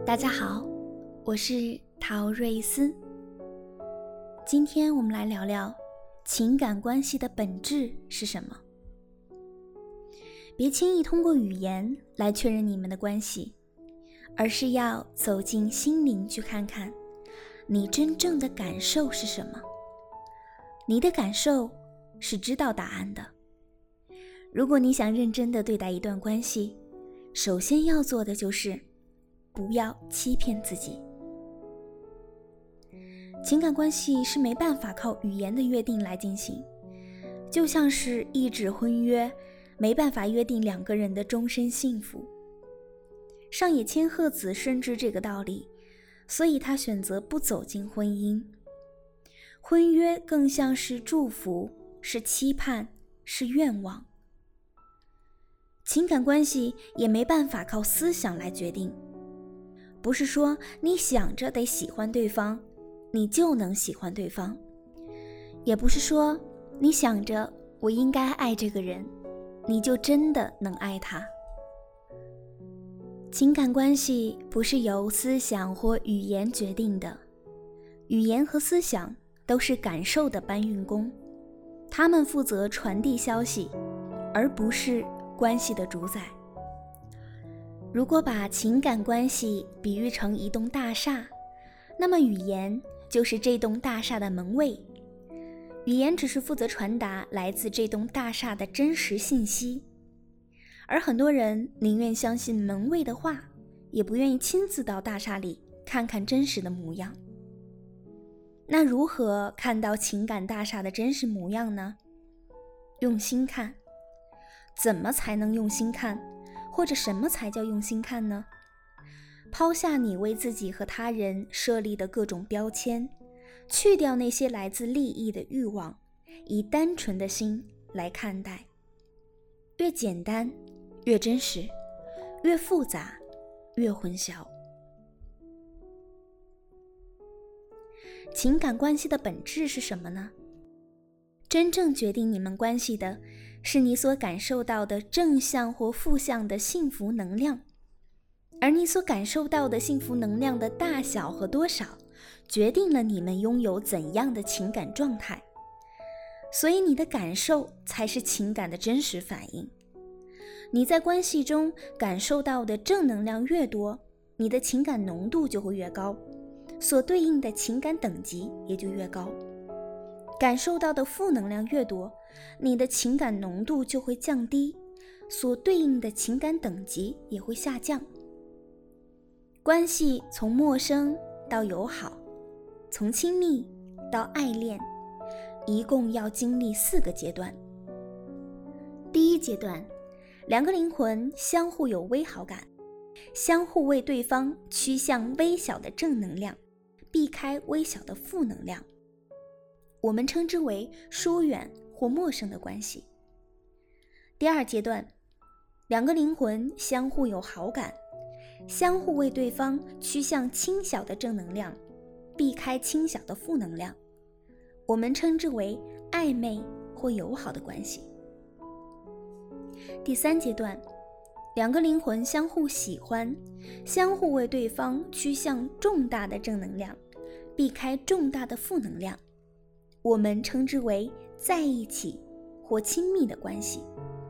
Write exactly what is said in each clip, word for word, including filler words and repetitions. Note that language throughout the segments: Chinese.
大家好，我是陶瑞斯。今天我们来聊聊情感关系的本质是什么。别轻易通过语言来确认你们的关系，而是要走进心灵去看看你真正的感受是什么。你的感受是知道答案的。如果你想认真地对待一段关系，首先要做的就是不要欺骗自己。情感关系是没办法靠语言的约定来进行，就像是一纸婚约，没办法约定两个人的终身幸福。上野千鹤子深知这个道理，所以他选择不走进婚姻。婚约更像是祝福，是期盼，是愿望。情感关系也没办法靠思想来决定，不是说你想着得喜欢对方，你就能喜欢对方，也不是说你想着我应该爱这个人，你就真的能爱他。情感关系不是由思想或语言决定的，语言和思想都是感受的搬运工，他们负责传递消息，而不是关系的主宰。如果把情感关系比喻成一栋大厦，那么语言就是这栋大厦的门卫，语言只是负责传达来自这栋大厦的真实信息，而很多人宁愿相信门卫的话，也不愿意亲自到大厦里看看真实的模样。那如何看到情感大厦的真实模样呢？用心看。怎么才能用心看？或者什么才叫用心看呢？抛下你为自己和他人设立的各种标签，去掉那些来自利益的欲望，以单纯的心来看待。越简单越真实，越复杂越混淆。情感关系的本质是什么呢？真正决定你们关系的是你所感受到的正向或负向的幸福能量，而你所感受到的幸福能量的大小和多少，决定了你们拥有怎样的情感状态。所以你的感受才是情感的真实反应。你在关系中感受到的正能量越多，你的情感浓度就会越高，所对应的情感等级也就越高。感受到的负能量越多，你的情感浓度就会降低，所对应的情感等级也会下降。关系从陌生到友好，从亲密到爱恋，一共要经历四个阶段。第一阶段，两个灵魂相互有微好感，相互为对方趋向微小的正能量，避开微小的负能量，我们称之为疏远或陌生的关系。第二阶段，两个灵魂相互有好感，相互为对方趋向轻小的正能量，避开轻小的负能量，我们称之为暧昧或友好的关系。第三阶段，两个灵魂相互喜欢，相互为对方趋向重大的正能量，避开重大的负能量，我们称之为在一起或亲密的关系。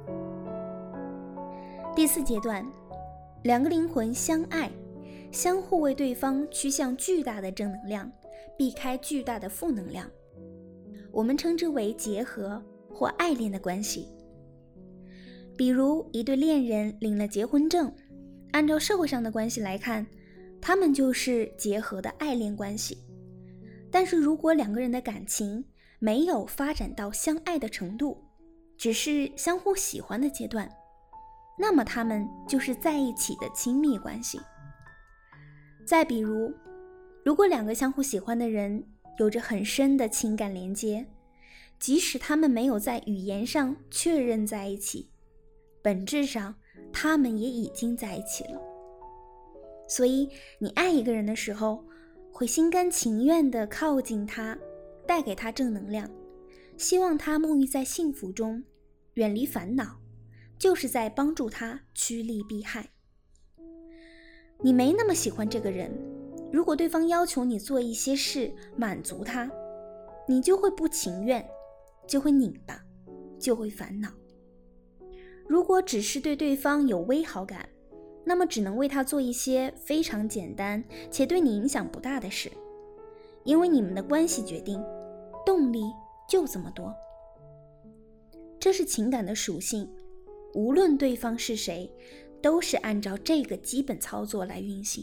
第四阶段，两个灵魂相爱，相互为对方趋向巨大的正能量，避开巨大的负能量，我们称之为结合或爱恋的关系。比如一对恋人领了结婚证，按照社会上的关系来看，他们就是结合的爱恋关系。但是如果两个人的感情没有发展到相爱的程度，只是相互喜欢的阶段，那么他们就是在一起的亲密关系。再比如，如果两个相互喜欢的人有着很深的情感连接，即使他们没有在语言上确认在一起，本质上他们也已经在一起了。所以你爱一个人的时候，会心甘情愿地靠近他，带给他正能量，希望他沐浴在幸福中，远离烦恼，就是在帮助他趋利避害。 你没那么喜欢这个人，如果对方要求你做一些事满足他，你就会不情愿，就会拧巴，就会烦恼。如果只是对对方有微好感，那么只能为他做一些非常简单且对你影响不大的事，因为你们的关系决定，动力就这么多。这是情感的属性，无论对方是谁，都是按照这个基本操作来运行。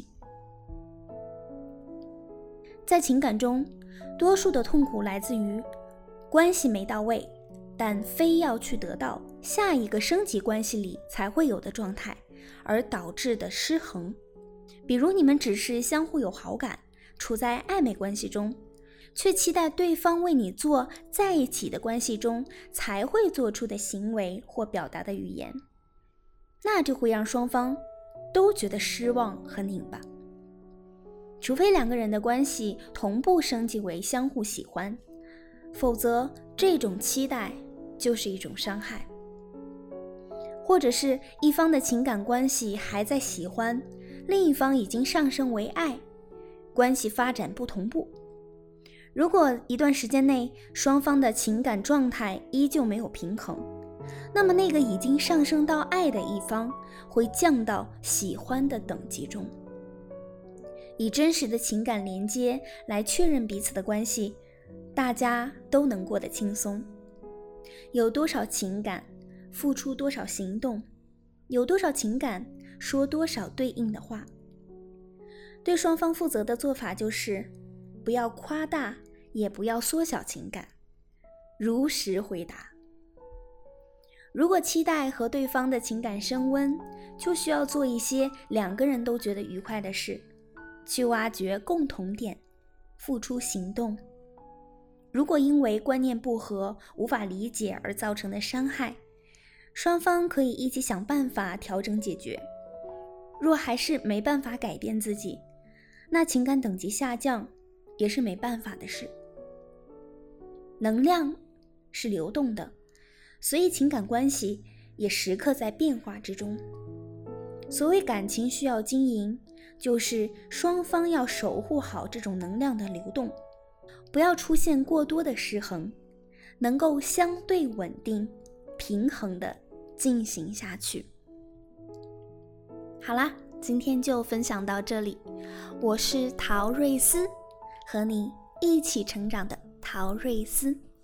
在情感中，多数的痛苦来自于关系没到位，但非要去得到下一个升级关系里才会有的状态，而导致的失衡。比如你们只是相互有好感，处在暧昧关系中，却期待对方为你做在一起的关系中才会做出的行为或表达的语言，那就会让双方都觉得失望和拧巴。除非两个人的关系同步升级为相互喜欢，否则这种期待就是一种伤害。或者是一方的情感关系还在喜欢，另一方已经上升为爱，关系发展不同步。如果一段时间内双方的情感状态依旧没有平衡，那么那个已经上升到爱的一方会降到喜欢的等级中。以真实的情感连接来确认彼此的关系，大家都能过得轻松。有多少情感，付出多少行动，有多少情感，说多少对应的话。对双方负责的做法就是不要夸大，也不要缩小情感，如实回答。如果期待和对方的情感升温，就需要做一些两个人都觉得愉快的事，去挖掘共同点，付出行动。如果因为观念不合，无法理解而造成的伤害，双方可以一起想办法调整解决。若还是没办法改变自己，那情感等级下降也是没办法的事。能量是流动的，所以情感关系也时刻在变化之中。所谓感情需要经营，就是双方要守护好这种能量的流动，不要出现过多的失衡，能够相对稳定、平衡地进行下去。好啦，今天就分享到这里，我是陶瑞斯，和你一起成长的陶瑞斯。